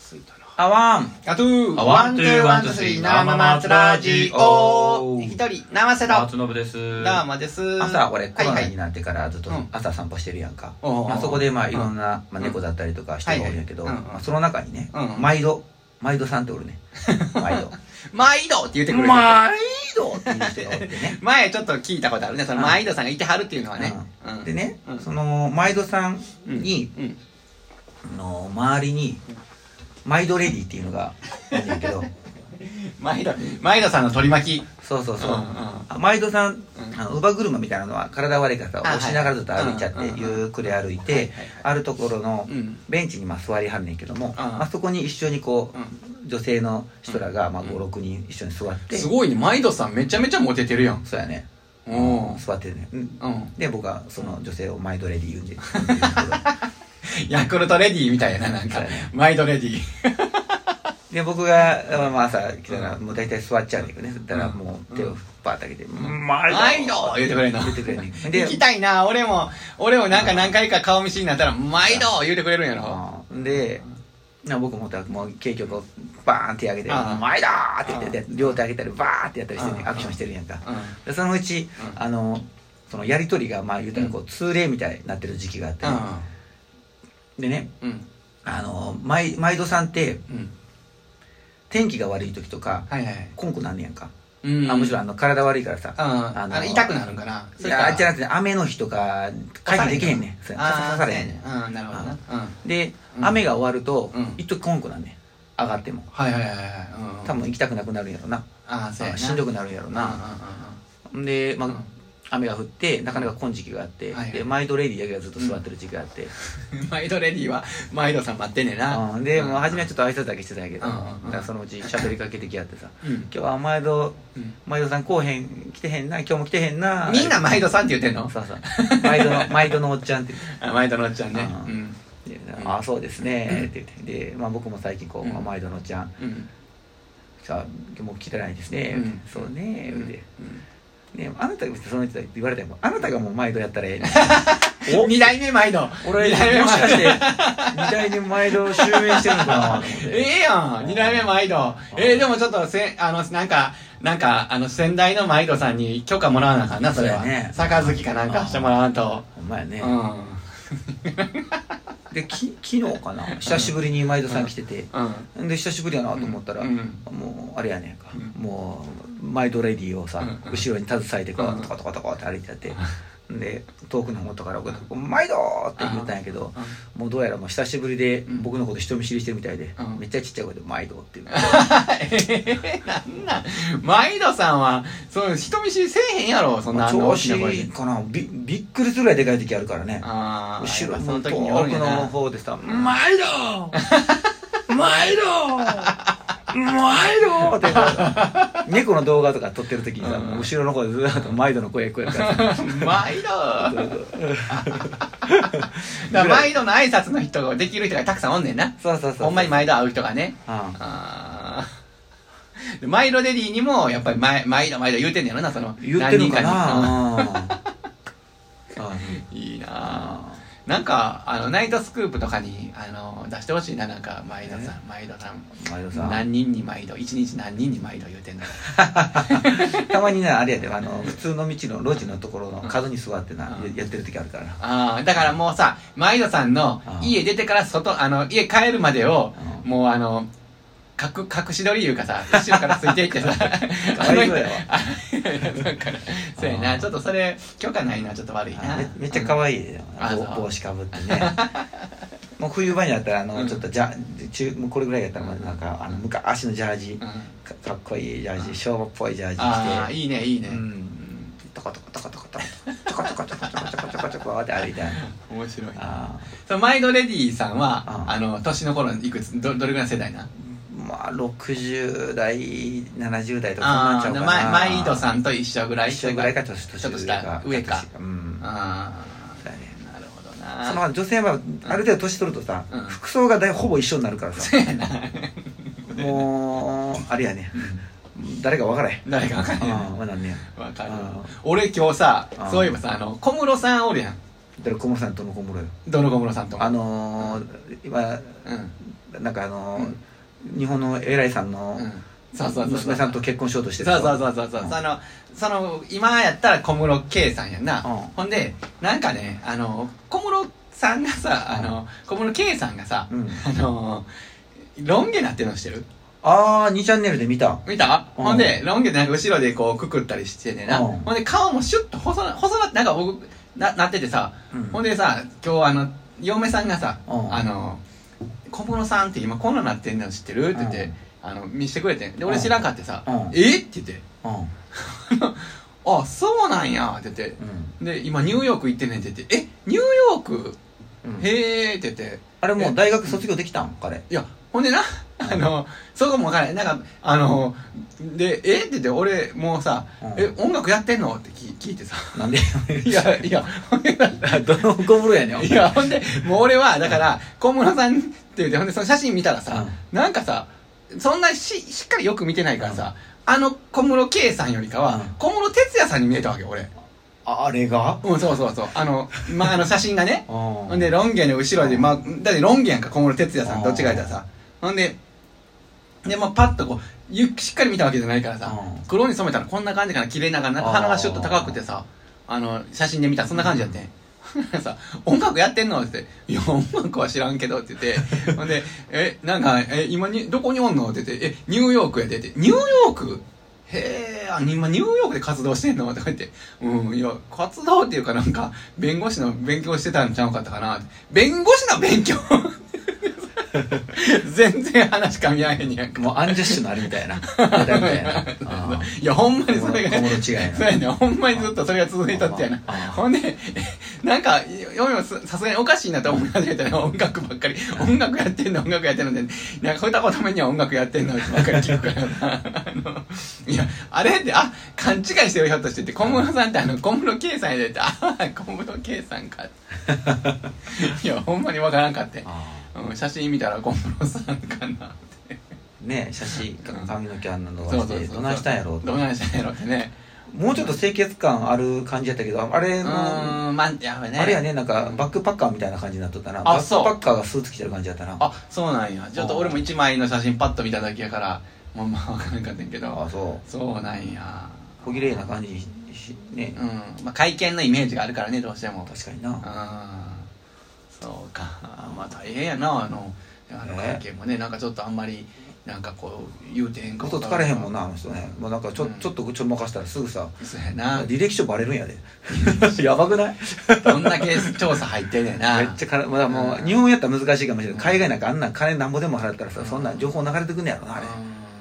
ついたな。 あわんあとーワンツーワンツースリー生松ラジオ一人生瀬戸松信です。 どうもです。 朝俺コロナになってからずっと朝散歩してるやんか、そこでまあいろんな猫だったりとか人がおるんやけど、その中にね毎度さんっておるね。 毎度って言ってくれる。 毎度って言う人がおってね。 前ちょっと聞いたことあるね、その毎度さんがいてはるっていうのはね。 でね、その毎度さんに周りに毎度レディっていうのがあるんやけど、 毎度さんの取り巻き。 そう毎度さん乳母車みたいなのは体悪いから押しながらずっと歩いちゃってゆっくり歩いて、あるところのベンチに座りはんねんけども、そこに一緒にこう女性の人らが56人一緒に座って。 すごいね、毎度さんめちゃめちゃモテてるやん。 そうやね、座ってるね。で僕はその女性を毎度レディ言うんでヤクルトレディみたいな、なんか毎度レディで僕が朝来たらもう大体座っちゃうんだけどね。そしたらもう手をパーッと上げて毎度言うてくれんの。 言ってくれんねん。 行きたいな。俺もなんか何回か顔見知りになったら毎度言うてくれるんやろ。 で僕もう結局バーン手上げて「毎度!」って言って両手上げたりバーってやったりしてね、アクションしてるやんか。そのうちそのやり取りが言うたらこう通例みたいになってる時期があってね。でね、毎度さんって天気が悪い時とかコンコなんねやんか。むしろ体悪いからさ痛くなるんかな。 いやじゃなくて雨の日とか回避できへんねん。刺されへんねん。 なるほどな。 で雨が終わると一時コンコなんねん、上がっても。多分行きたくなくなるんやろな。しんどくなるんやろな。で雨が降ってなかなか今時期があって、で毎度レディだけがずっと座ってる時期があって、 毎度レディは毎度さん待ってんねんな。 でもう初めはちょっと挨拶だけしてたんやけど、だからそのうち喋りかけてきやってさ「今日は毎度さん来てへんな、今日も来てへんな」。 みんな毎度さんって言ってんの。 そう毎度のおっちゃんって言って、 毎度のおっちゃんね。 ああそうですねって言って、で僕も最近こう毎度のおっちゃんさあ今日も来てないですね、そうねってね、あなたがその人言われたらあなたがもう毎度やったらええねん。 2代目毎度。 俺もしかして2代目毎度襲名してるのかなと思って。 ええやん2代目毎度。でもちょっとなんか先代の毎度さんに許可もらわなあかんな、それは。杯かなんかしてもらわんと。 ほんまやね。で昨日かな、久しぶりに毎度さん来てて、で久しぶりやなと思ったらもうあれやねんか、もう毎度レディをさ後ろに携えてこうトコトコトコって歩いてやって、で遠くの方から「毎度!」って言ったんやけど、もうどうやらもう久しぶりで僕のこと人見知りしてるみたいで、めっちゃちっちゃい声で「毎度」って言う。 なん毎度さんはそう人見知りせえへんやろ、そんな調子かな。びっくりするぐらいでかい時あるからね。後ろの遠くの方でさ「毎度毎度毎度!」って猫の動画とか撮ってる時にさ、後ろの方でずっと毎度の声聞こえるから毎度だ毎度の挨拶の人ができる人がたくさんおんねんな。ほんまに毎度会う人がね。毎度レディにもやっぱり毎度言うてんねやろな、その言ってるのかな。 いいな。なんかナイトスクープとかに出してほしいな。なんか毎度さん何人に毎度一日何人に毎度言うてんの。 たまになあれやで、普通の道の路地のところの角に座ってなやってる時あるからな。 だからもうさ毎度さんの家出てから家帰るまでをもう隠し撮りいうかさ、後ろからついていってさかわいそうやわ。 そうやな、ちょっとそれ許可ないのはちょっと悪いな。 めっちゃ可愛いで、帽子かぶってね。もう冬場になったらちょっとこれぐらいやったらなんか昔のジャージ、かっこいいジャージ、昭和っぽいジャージ着て、 いいねいいね。 トコトコトコトコトコトコトコトコトコトコトコトコって歩いて。 面白い。そのマイドレディさんは年の頃いくつどれぐらいの世代な。 60代70代とかそんなんちゃうかな。 毎度さんと一緒ぐらいか、 ちょっとした上か。 なるほどな。 その女性はある程度年取るとさ、服装がほぼ一緒になるからさ、もうあれやね、誰か分からへん。 誰か分からへん。 分かる。俺今日さ、そういえばさ小室さんおるやん。 小室さんとの小室よ。 どの小室さんと。 今なんか日本の偉いさんの娘さんと結婚しようとしてる。 そう今やったら小室圭さんやな。ほんでなんかね小室さんがさ小室圭さんがさロン毛なってるのしてる？ ああ、2チャンネルで見た。 ほんでロン毛でなんか後ろでこうくくったりしてねな。ほんで顔もシュッと細ななんか僕なっててさ、ほんでさ今日嫁さんがさ小室さんって今こんななってんの知ってるって言って見せてくれてんで俺知らんかってさえって言ってあそうなんやって言ってで今ニューヨーク行ってんねんって言ってニューヨークへえって言ってあれもう大学卒業できたん彼。 いやほんでなそこも分からないなんかでって言って俺もうさ音楽やってんのって聞いてさなんでいやどの小室やねん。 いやほんでもう俺はだから小室さんって言ってほんでその写真見たらさなんかさそんなしっかりよく見てないからさ小室圭さんよりかは小室哲哉さんに見えたわけ俺。 あれがそう写真がねほんでロン毛の後ろでだってロン毛やんか小室哲哉さんどっちか言ったらさほんでパッとこうしっかり見たわけじゃないからさ黒に染めたらこんな感じかな綺麗な鼻がシュッと高くてさ写真で見たらそんな感じやってんさ音楽やってんのって言って「いや音楽は知らんけど」って言ってほんで「なんか今どこにおんの?」って言って「ニューヨークやで」って「ニューヨークへえ今ニューヨークで活動してんの?」とか言って「いや活動っていうかなんか弁護士の勉強してたんちゃうかったかな」弁護士の勉強全然話噛み合えへんやんか。 もうアンジャッシュのあれみたいな。 いやほんまにそれが小室違いな。 そうやねほんまにずっとそれが続いたってやな。ほんでなんか嫁もさすがにおかしいなと思い始めたら音楽ばっかり音楽やってんのってなんか二言目には音楽やってんのってばっかり聞くからないやあれって勘違いしてるひょっとしてって小室さんって小室圭さんやでって小室圭さんかいやほんまにわからんかって写真見たら小室さんかなってね写真髪の毛あんな伸ばしてどないしたんやろってねもうちょっと清潔感ある感じやったけどあれのあれやねなんかバックパッカーみたいな感じになっとったな。バックパッカーがスーツ着てる感じやったな。 そうなんや。ちょっと俺も一枚の写真パッと見ただけやからもう分からんかったんけどそうなんや小綺麗な感じね会見のイメージがあるからねどうしても。 確かになそうか大変やな会見もねなんかちょっとあんまりなんかこう言うてへんかこと疲れへんもんな人ね。もうなんかちょっとちょまかしたらすぐさ履歴書バレるんやでやばくないどんだけ調査入ってんねんなめっちゃもう日本やったら難しいかもしれない海外なんかあんなん金なんぼでも払ったらさそんな情報流れてくんねやろなあれ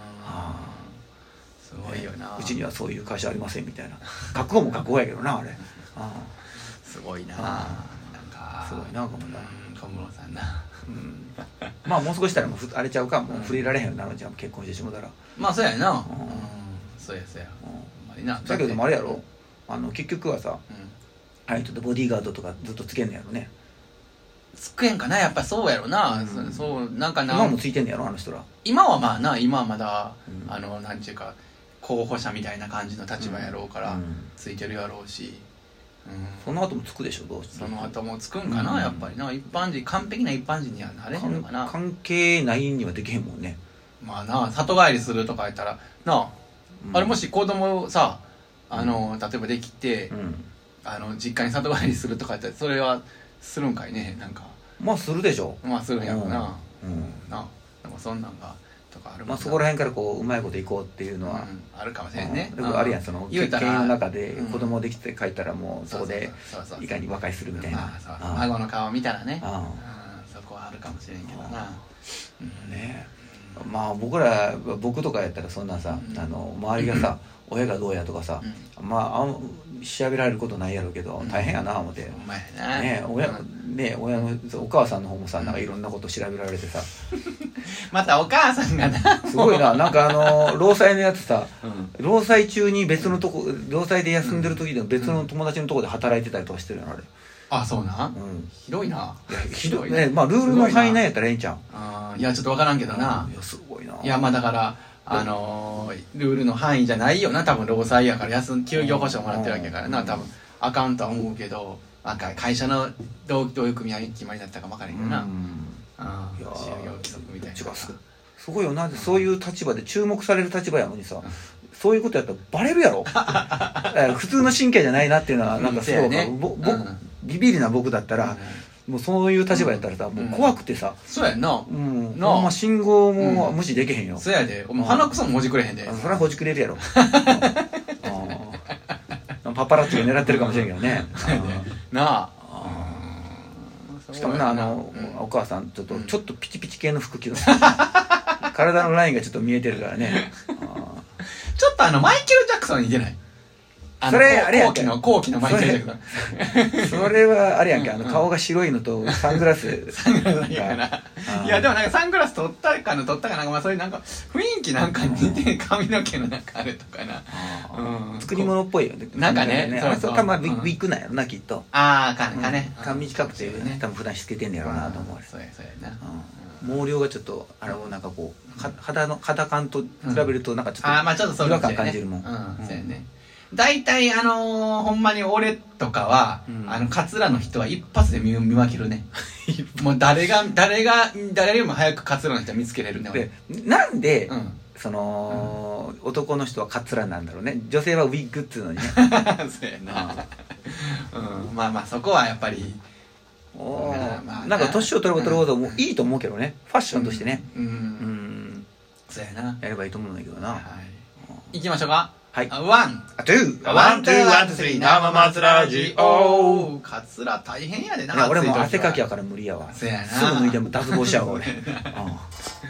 すごいよなうちにはそういう会社ありませんみたいな覚悟も覚悟やけどなあれすごいなすごいな小室さんなまあもう少ししたらもうあれちゃうかもう触れられへんようになるんちゃう結婚してしもたらそうやなそうやだけどもあれやろ結局はさあれちょっとボディーガードとかずっとつけんのやろねつけんかなやっぱそうやろなそうなんかな今もついてんのやろ人ら今は今はまだなんちゅうか候補者みたいな感じの立場やろうからついてるやろうしその後もつくでしょどうしてその後もつくんかなやっぱりな完璧な一般人にはなれへんのかな関係ないにはできへんもんね里帰りするとか言ったらあれもし子供さ例えばできて実家に里帰りするとか言ったらそれはするんかいねなんかするでしょするんやろなでもそんなんがとかあるもんなそこら辺からこううまいこといこうっていうのはあるかもしれんねあるやんその経験の中で子供できて帰ったらもうそこでいかに和解するみたいな孫の顔見たらねそこはあるかもしれんけどなね僕とかやったらそんなさ周りがさ親がどうやとかさ調べられることないやろうけど大変やな思って親のお母さんの方もさなんかいろんなこと調べられてさまたお母さんがなすごいななんか労災のやつさ労災中に別のとこ労災で休んでる時で別の友達のとこで働いてたりとかしてるのあれそうなひどいなひどいねルールの範囲内やったらええんちゃういやちょっと分からんけどないやすごいないやだからルールの範囲じゃないよな多分労災やから休業保障もらってるわけやからな多分あかんとは思うけど会社のどういう組合決まりだったか分からへんけどな就業規則みたいな。 すごいよな、そういう立場で注目される立場やのにさ、そういうことやったらバレるやろ普通の神経じゃないなっていうのはなんかすごい、ビビりな僕だったら、もうそういう立場やったらさ、もう怖くてさ、 そうやんな、 ほんま信号も無視できへんよ。 そうやで、鼻くそももじくれへんで。 そりゃほじくれるやろパパラッチが狙ってるかもしれんけどねなあ。 しかもな、お母さんちょっとピチピチ系の服着る体のラインがちょっと見えてるからねちょっとマイケル・ジャクソンに似てない？ それあれやんけ、 後期のマイケル・ジャクソンそれはあれやんけ、顔が白いのとサングラスだけかな。いやでもなんかサングラス取ったかなんか、まあそういうなんか雰囲気なんか似て、髪の毛のなんかあれとかな、 作り物っぽいよね。 なんかね、 あれとかまあウィッグなんやろな、きっと。 ああ、かね、 髪短くてね、多分普段しつけてんねやろうなと思う。 そうやな。 毛量がちょっとなんかこう肌感と比べるとなんかちょっと違和感感じるもん。 そうやね。大体ほんまに俺とかはカツラの人は一発で見分けるね。もう誰よりも早くカツラの人は見つけれるね。 でなんでその男の人はカツラなんだろうね。女性はウィッグっつうのにね。 そうやな。まあまあそこはやっぱりなんか年を取るほどもいいと思うけどね、ファッションとしてね。 そうやな、 やればいいと思うんだけどな。 行きましょうか。 はい、 ワン、ツー、スリー、生松ラジオ。カツラ大変やでな。 俺も汗かきやから無理やわ。 そうやな。 すぐ脱いでも脱帽しちゃうわ俺